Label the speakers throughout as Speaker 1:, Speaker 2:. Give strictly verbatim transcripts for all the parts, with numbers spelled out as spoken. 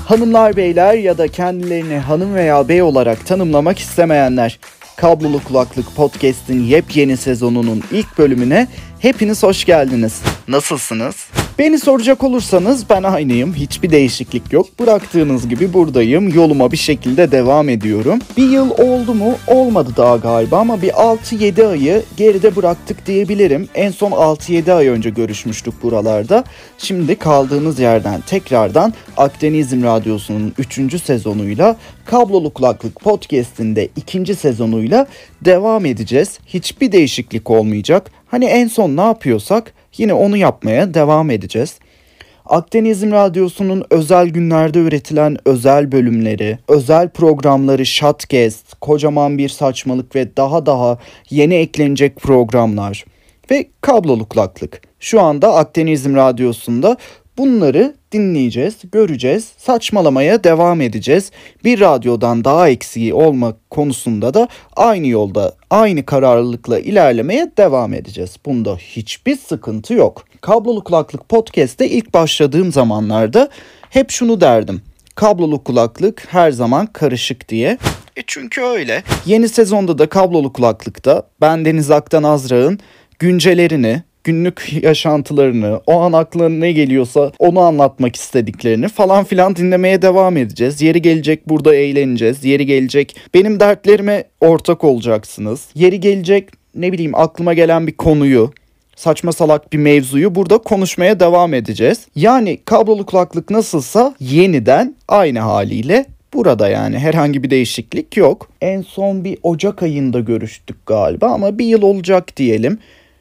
Speaker 1: Hanımlar, beyler ya da kendilerini hanım veya bey olarak tanımlamak istemeyenler, Kablolu Kulaklık Podcast'in yepyeni sezonunun ilk bölümüne hepiniz hoş geldiniz. Nasılsınız? Beni soracak olursanız ben aynıyım. Hiçbir değişiklik yok. Bıraktığınız gibi buradayım. Yoluma bir şekilde devam ediyorum. Bir yıl oldu mu? Olmadı daha galiba ama bir altı yedi ayı geride bıraktık diyebilirim. En son altı yedi ay önce görüşmüştük buralarda. Şimdi kaldığımız yerden tekrardan Akdenizm Radyosu'nun üçüncü sezonuyla Kablolu Kulaklık Podcast'in de ikinci sezonuyla devam edeceğiz. Hiçbir değişiklik olmayacak. Hani en son ne yapıyorsak yine onu yapmaya devam edeceğiz. Akdenizm Radyosu'nun özel günlerde üretilen özel bölümleri, özel programları, Shotcast, Kocaman Bir Saçmalık ve daha daha yeni eklenecek programlar ve kablolu kulaklık. Şu anda Akdenizm Radyosu'nda bunları dinleyeceğiz, göreceğiz, saçmalamaya devam edeceğiz. Bir radyodan daha eksiği olmak konusunda da aynı yolda, aynı kararlılıkla ilerlemeye devam edeceğiz. Bunda hiçbir sıkıntı yok. Kablolu Kulaklık Podcast'te ilk başladığım zamanlarda hep şunu derdim: kablolu kulaklık her zaman karışık diye. E çünkü öyle. Yeni sezonda da kablolu kulaklıkta ben Deniz Aktan Azrağ'ın güncelerini, günlük yaşantılarını, o an aklına ne geliyorsa onu anlatmak istediklerini falan filan dinlemeye devam edeceğiz. Yeri gelecek burada eğleneceğiz. Yeri gelecek benim dertlerime ortak olacaksınız. Yeri gelecek ne bileyim aklıma gelen bir konuyu, saçma salak bir mevzuyu burada konuşmaya devam edeceğiz. Yani kablolu kulaklık nasılsa yeniden aynı haliyle burada, yani herhangi bir değişiklik yok. En son bir Ocak ayında görüştük galiba ama bir yıl olacak diyelim.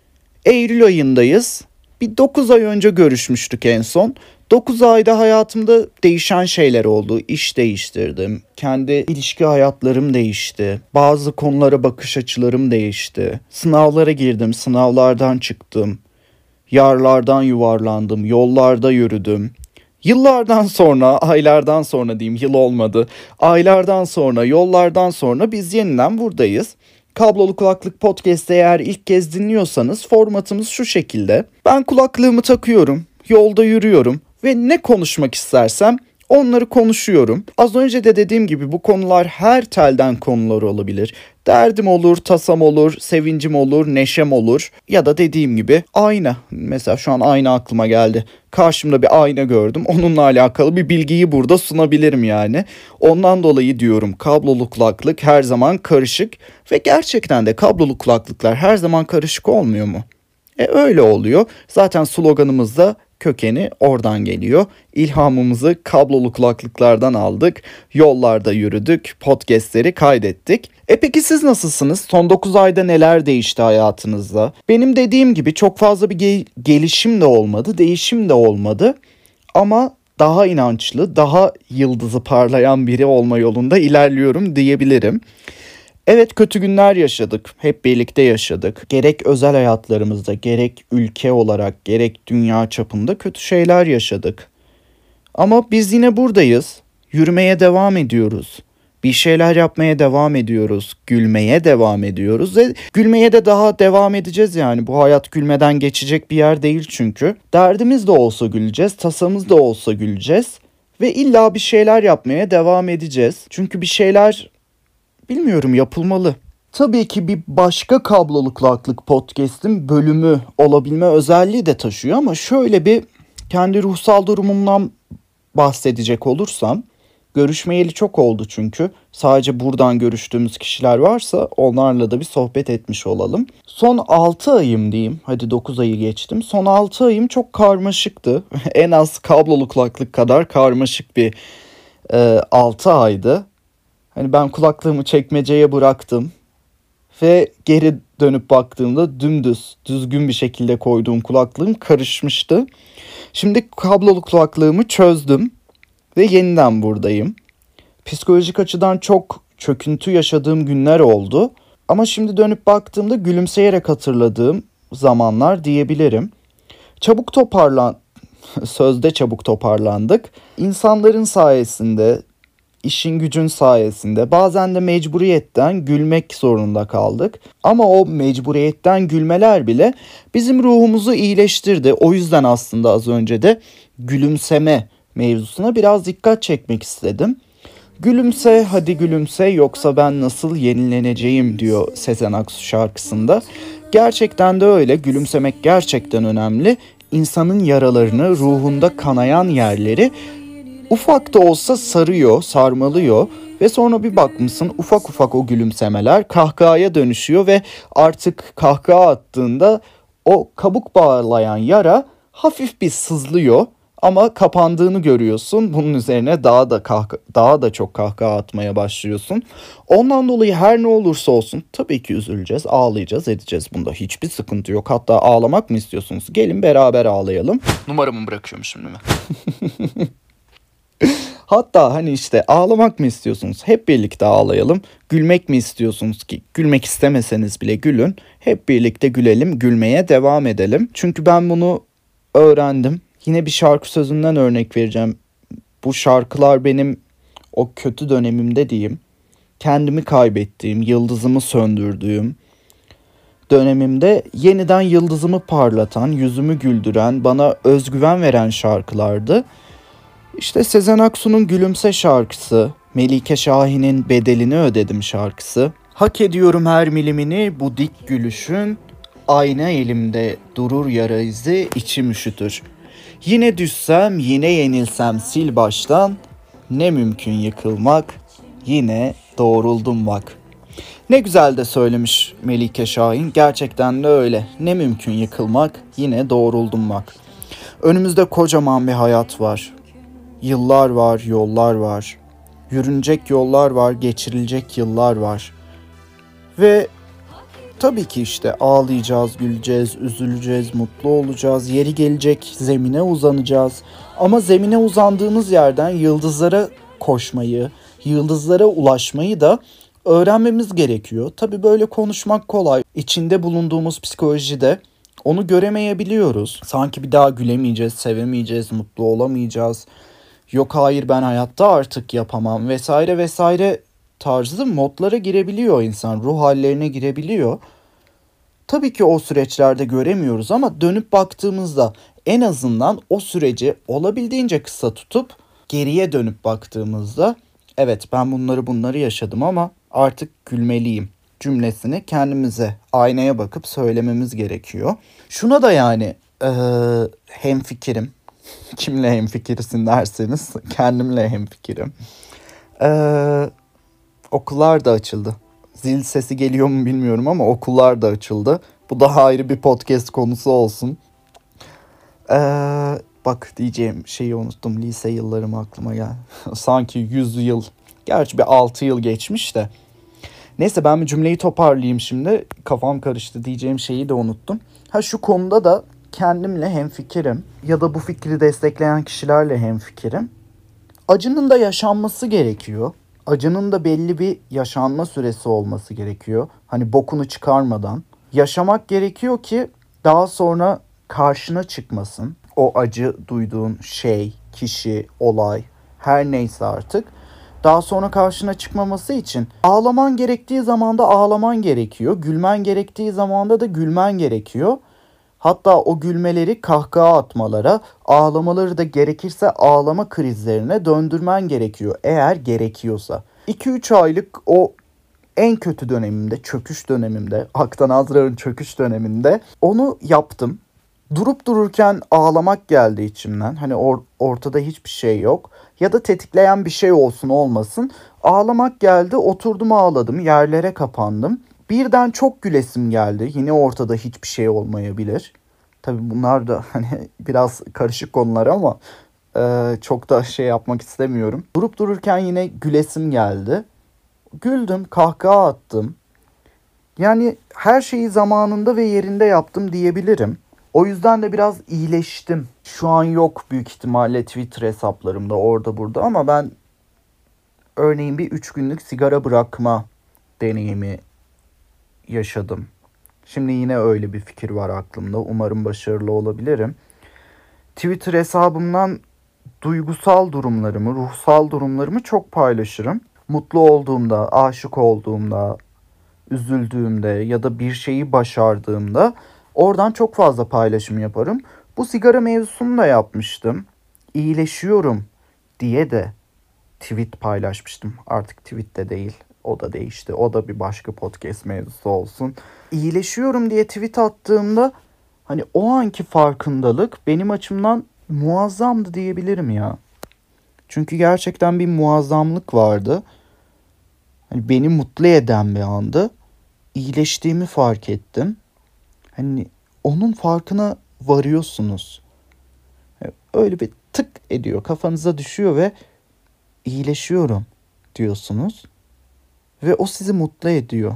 Speaker 1: Eylül ayındayız. Bir dokuz ay önce görüşmüştük en son. dokuz ayda hayatımda değişen şeyler oldu. İş değiştirdim. Kendi ilişki hayatlarım değişti. Bazı konulara bakış açılarım değişti. Sınavlara girdim, sınavlardan çıktım. Yarlardan yuvarlandım, yollarda yürüdüm. Yıllardan sonra, aylardan sonra diyeyim, yıl olmadı. Aylardan sonra, yollardan sonra biz yeniden buradayız. Kablolu Kulaklık Podcast'ı eğer ilk kez dinliyorsanız formatımız şu şekilde. Ben kulaklığımı takıyorum, yolda yürüyorum ve ne konuşmak istersem onları konuşuyorum. Az önce de dediğim gibi bu konular her telden konular olabilir. Derdim olur, tasam olur, sevincim olur, neşem olur ya da dediğim gibi ayna. Mesela şu an ayna aklıma geldi. Karşımda bir ayna gördüm. Onunla alakalı bir bilgiyi burada sunabilirim yani. Ondan dolayı diyorum kablolu kulaklık her zaman karışık ve gerçekten de kablolu kulaklıklar her zaman karışık olmuyor mu? E öyle oluyor. Zaten sloganımız da kökeni oradan geliyor. İlhamımızı kablolu kulaklıklardan aldık. Yollarda yürüdük. Podcast'leri kaydettik. E peki siz nasılsınız? Son dokuz ayda neler değişti hayatınızda? Benim dediğim gibi çok fazla bir ge- gelişim de olmadı, değişim de olmadı. Ama daha inançlı, daha yıldızı parlayan biri olma yolunda ilerliyorum diyebilirim. Evet, kötü günler yaşadık. Hep birlikte yaşadık. Gerek özel hayatlarımızda, gerek ülke olarak, gerek dünya çapında kötü şeyler yaşadık. Ama biz yine buradayız. Yürümeye devam ediyoruz. Bir şeyler yapmaya devam ediyoruz. Gülmeye devam ediyoruz. Ve gülmeye de daha devam edeceğiz yani. Bu hayat gülmeden geçecek bir yer değil çünkü. Derdimiz de olsa güleceğiz, tasamız da olsa güleceğiz. Ve illa bir şeyler yapmaya devam edeceğiz. Çünkü bir şeyler... Bilmiyorum, yapılmalı. Tabii ki bir başka kablolu kulaklık podcast'in bölümü olabilme özelliği de taşıyor ama şöyle bir kendi ruhsal durumumdan bahsedecek olursam, görüşmeyeli çok oldu çünkü. Sadece buradan görüştüğümüz kişiler varsa onlarla da bir sohbet etmiş olalım. Son altı ayım diyeyim, hadi dokuz ayı geçtim. Son altı ayım çok karmaşıktı. En az kablolu kulaklık kadar karmaşık bir e, altı aydı. Hani ben kulaklığımı çekmeceye bıraktım ve geri dönüp baktığımda dümdüz, düzgün bir şekilde koyduğum kulaklığım karışmıştı. Şimdi kablolu kulaklığımı çözdüm ve yeniden buradayım. Psikolojik açıdan çok çöküntü yaşadığım günler oldu. Ama şimdi dönüp baktığımda gülümseyerek hatırladığım zamanlar diyebilirim. Çabuk toparlan, sözde çabuk toparlandık. İnsanların sayesinde, İşin gücün sayesinde, bazen de mecburiyetten gülmek zorunda kaldık. Ama o mecburiyetten gülmeler bile bizim ruhumuzu iyileştirdi. O yüzden aslında az önce de gülümseme mevzusuna biraz dikkat çekmek istedim. Gülümse hadi gülümse yoksa ben nasıl yenileneceğim diyor Sezen Aksu şarkısında. Gerçekten de öyle, gülümsemek gerçekten önemli. İnsanın yaralarını, ruhunda kanayan yerleri ufak da olsa sarıyor, sarmalıyor ve sonra bir bakmışsın ufak ufak o gülümsemeler kahkahaya dönüşüyor ve artık kahkaha attığında o kabuk bağlayan yara hafif bir sızlıyor ama kapandığını görüyorsun. Bunun üzerine daha da kahka, daha da çok kahkaha atmaya başlıyorsun. Ondan dolayı her ne olursa olsun tabii ki üzüleceğiz, ağlayacağız, edeceğiz. Bunda hiçbir sıkıntı yok. Hatta ağlamak mı istiyorsunuz? Gelin beraber ağlayalım. Numaramı bırakıyorum şimdi mi? Hatta hani işte ağlamak mı istiyorsunuz? Hep birlikte ağlayalım. Gülmek mi istiyorsunuz ki? Gülmek istemeseniz bile gülün. Hep birlikte gülelim, gülmeye devam edelim. Çünkü ben bunu öğrendim. Yine bir şarkı sözünden örnek vereceğim. Bu şarkılar benim o kötü dönemimde diyeyim. Kendimi kaybettiğim, yıldızımı söndürdüğüm dönemimde yeniden yıldızımı parlatan, yüzümü güldüren, bana özgüven veren şarkılardı. İşte Sezen Aksu'nun Gülümse şarkısı, Melike Şahin'in Bedelini Ödedim şarkısı. Hak ediyorum her milimini bu dik gülüşün, ayna elimde durur yara izi içim üşütür. Yine düşsem yine yenilsem sil baştan, ne mümkün yıkılmak, yine doğruldum bak. Ne güzel de söylemiş Melike Şahin, gerçekten de öyle. Ne mümkün yıkılmak, yine doğruldum bak. Önümüzde kocaman bir hayat var. Yıllar var, yollar var. Yürünecek yollar var, geçirilecek yıllar var. Ve tabii ki işte ağlayacağız, güleceğiz, üzüleceğiz, mutlu olacağız. Yeri gelecek zemine uzanacağız. Ama zemine uzandığımız yerden yıldızlara koşmayı, yıldızlara ulaşmayı da öğrenmemiz gerekiyor. Tabii böyle konuşmak kolay. İçinde bulunduğumuz psikolojide onu göremeyebiliyoruz. Sanki bir daha gülemeyeceğiz, sevemeyeceğiz, mutlu olamayacağız. Yok hayır ben hayatta artık yapamam vesaire vesaire tarzı modlara girebiliyor insan. Ruh hallerine girebiliyor. Tabii ki o süreçlerde göremiyoruz ama dönüp baktığımızda en azından o süreci olabildiğince kısa tutup geriye dönüp baktığımızda evet ben bunları bunları yaşadım ama artık gülmeliyim cümlesini kendimize aynaya bakıp söylememiz gerekiyor. Şuna da yani ee, hemfikirim. Kimle hemfikirsin derseniz kendimle hemfikirim. Ee, okullar da açıldı. Zil sesi geliyor mu bilmiyorum ama okullar da açıldı. Bu daha ayrı bir podcast konusu olsun. Ee, bak diyeceğim şeyi unuttum. Lise yıllarım aklıma geldi. Sanki yüz yıl. Gerçi bir altı yıl geçmiş de. Neyse ben bir cümleyi toparlayayım şimdi. Kafam karıştı, diyeceğim şeyi de unuttum. Ha şu konuda da kendimle hemfikirim ya da bu fikri destekleyen kişilerle hemfikirim. Acının da yaşanması gerekiyor. Acının da belli bir yaşanma süresi olması gerekiyor. Hani bokunu çıkarmadan. Yaşamak gerekiyor ki daha sonra karşına çıkmasın. O acı duyduğun şey, kişi, olay her neyse artık. Daha sonra karşına çıkmaması için ağlaman gerektiği zamanda ağlaman gerekiyor. Gülmen gerektiği zamanda da gülmen gerekiyor. Hatta o gülmeleri kahkaha atmalara, ağlamaları da gerekirse ağlama krizlerine döndürmen gerekiyor eğer gerekiyorsa. iki üç aylık o en kötü dönemimde, çöküş dönemimde, Haktan Azra'nın çöküş döneminde onu yaptım. Durup dururken ağlamak geldi içimden. Hani or- ortada hiçbir şey yok. Ya da tetikleyen bir şey olsun olmasın. Ağlamak geldi, oturdum ağladım, yerlere kapandım. Birden çok gülesim geldi. Yine ortada hiçbir şey olmayabilir. Tabii bunlar da hani biraz karışık konular ama e, çok da şey yapmak istemiyorum. Durup dururken yine gülesim geldi. Güldüm, kahkaha attım. Yani her şeyi zamanında ve yerinde yaptım diyebilirim. O yüzden de biraz iyileştim. Şu an yok büyük ihtimalle Twitter hesaplarımda orada burada ama ben örneğin bir üç günlük sigara bırakma deneyimi yaşadım. Şimdi yine öyle bir fikir var aklımda. Umarım başarılı olabilirim. Twitter hesabımdan duygusal durumlarımı, ruhsal durumlarımı çok paylaşırım. Mutlu olduğumda, aşık olduğumda, üzüldüğümde ya da bir şeyi başardığımda oradan çok fazla paylaşım yaparım. Bu sigara mevzusunu da yapmıştım. iyileşiyorum diye de tweet paylaşmıştım. Artık tweet de değil. O da değişti. O da bir başka podcast mevzusu olsun. İyileşiyorum diye tweet attığımda hani o anki farkındalık benim açımdan muazzamdı diyebilirim ya. Çünkü gerçekten bir muazzamlık vardı. Hani beni mutlu eden bir andı. İyileştiğimi fark ettim. Hani onun farkına varıyorsunuz. Öyle bir tık ediyor. Kafanıza düşüyor ve iyileşiyorum diyorsunuz. Ve o sizi mutlu ediyor.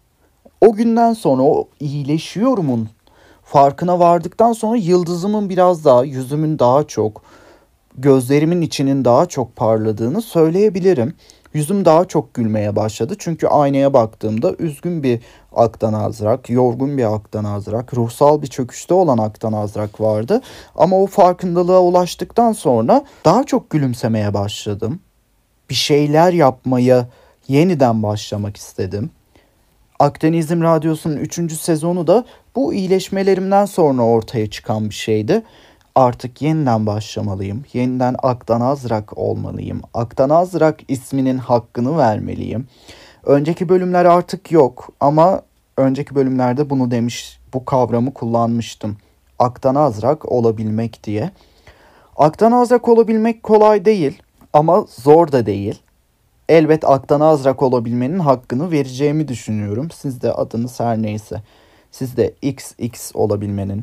Speaker 1: O günden sonra o iyileşiyorumun farkına vardıktan sonra yıldızımın biraz daha, yüzümün daha çok, gözlerimin içinin daha çok parladığını söyleyebilirim. Yüzüm daha çok gülmeye başladı. Çünkü aynaya baktığımda üzgün bir Aktan Azrak, yorgun bir Aktan Azrak, ruhsal bir çöküşte olan Aktan Azrak vardı. Ama o farkındalığa ulaştıktan sonra daha çok gülümsemeye başladım. Bir şeyler yapmaya yeniden başlamak istedim. Akdeniz'im Radyosu'nun üçüncü sezonu da bu iyileşmelerimden sonra ortaya çıkan bir şeydi. Artık yeniden başlamalıyım. Yeniden Aktan Azrak olmalıyım. Aktan Azrak isminin hakkını vermeliyim. Önceki bölümler artık yok ama önceki bölümlerde bunu demiş, bu kavramı kullanmıştım. Aktan Azrak olabilmek diye. Aktan Azrak olabilmek kolay değil ama zor da değil. Elbet Aktan Azrak olabilmenin hakkını vereceğimi düşünüyorum. Siz de adınız her neyse. Siz de X X olabilmenin,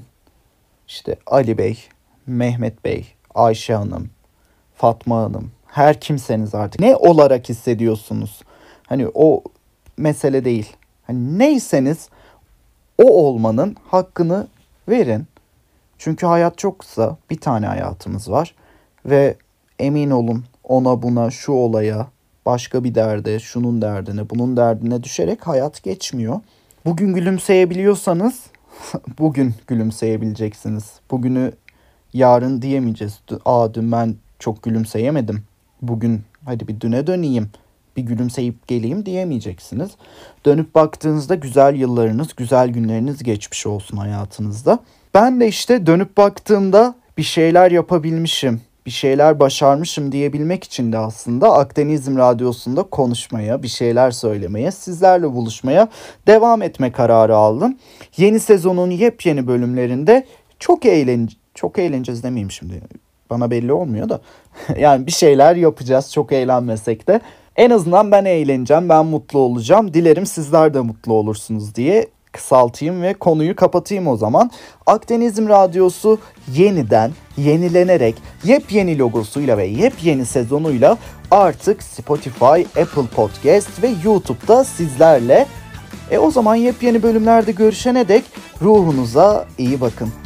Speaker 1: işte Ali Bey, Mehmet Bey, Ayşe Hanım, Fatma Hanım, her kimseniz artık ne olarak hissediyorsunuz? Hani o mesele değil. Hani neyseniz o olmanın hakkını verin. Çünkü hayat çok kısa. Bir tane hayatımız var. Ve emin olun ona buna şu olaya, başka bir derde, şunun derdine, bunun derdine düşerek hayat geçmiyor. Bugün gülümseyebiliyorsanız bugün gülümseyebileceksiniz. Bugünü yarın diyemeyeceğiz. Aa dün ben çok gülümseyemedim. Bugün hadi bir düne döneyim. Bir gülümseyip geleyim diyemeyeceksiniz. Dönüp baktığınızda güzel yıllarınız, güzel günleriniz geçmiş olsun hayatınızda. Ben de işte dönüp baktığımda bir şeyler yapabilmişim, bir şeyler başarmışım diyebilmek için de aslında Akdeniz'im Radyosu'nda konuşmaya, bir şeyler söylemeye, sizlerle buluşmaya devam etme kararı aldım. Yeni sezonun yepyeni bölümlerinde çok eğlen çok eğleneceğiz demeyeyim şimdi. Bana belli olmuyor da. Yani bir şeyler yapacağız çok eğlenmesek de. En azından ben eğleneceğim, ben mutlu olacağım. Dilerim sizler de mutlu olursunuz diye kısaltayım ve konuyu kapatayım o zaman. Akdeniz'im Radyosu yeniden, yenilenerek, yepyeni logosuyla ve yepyeni sezonuyla artık Spotify, Apple Podcast ve YouTube'da sizlerle. E o zaman yepyeni bölümlerde görüşene dek ruhunuza iyi bakın.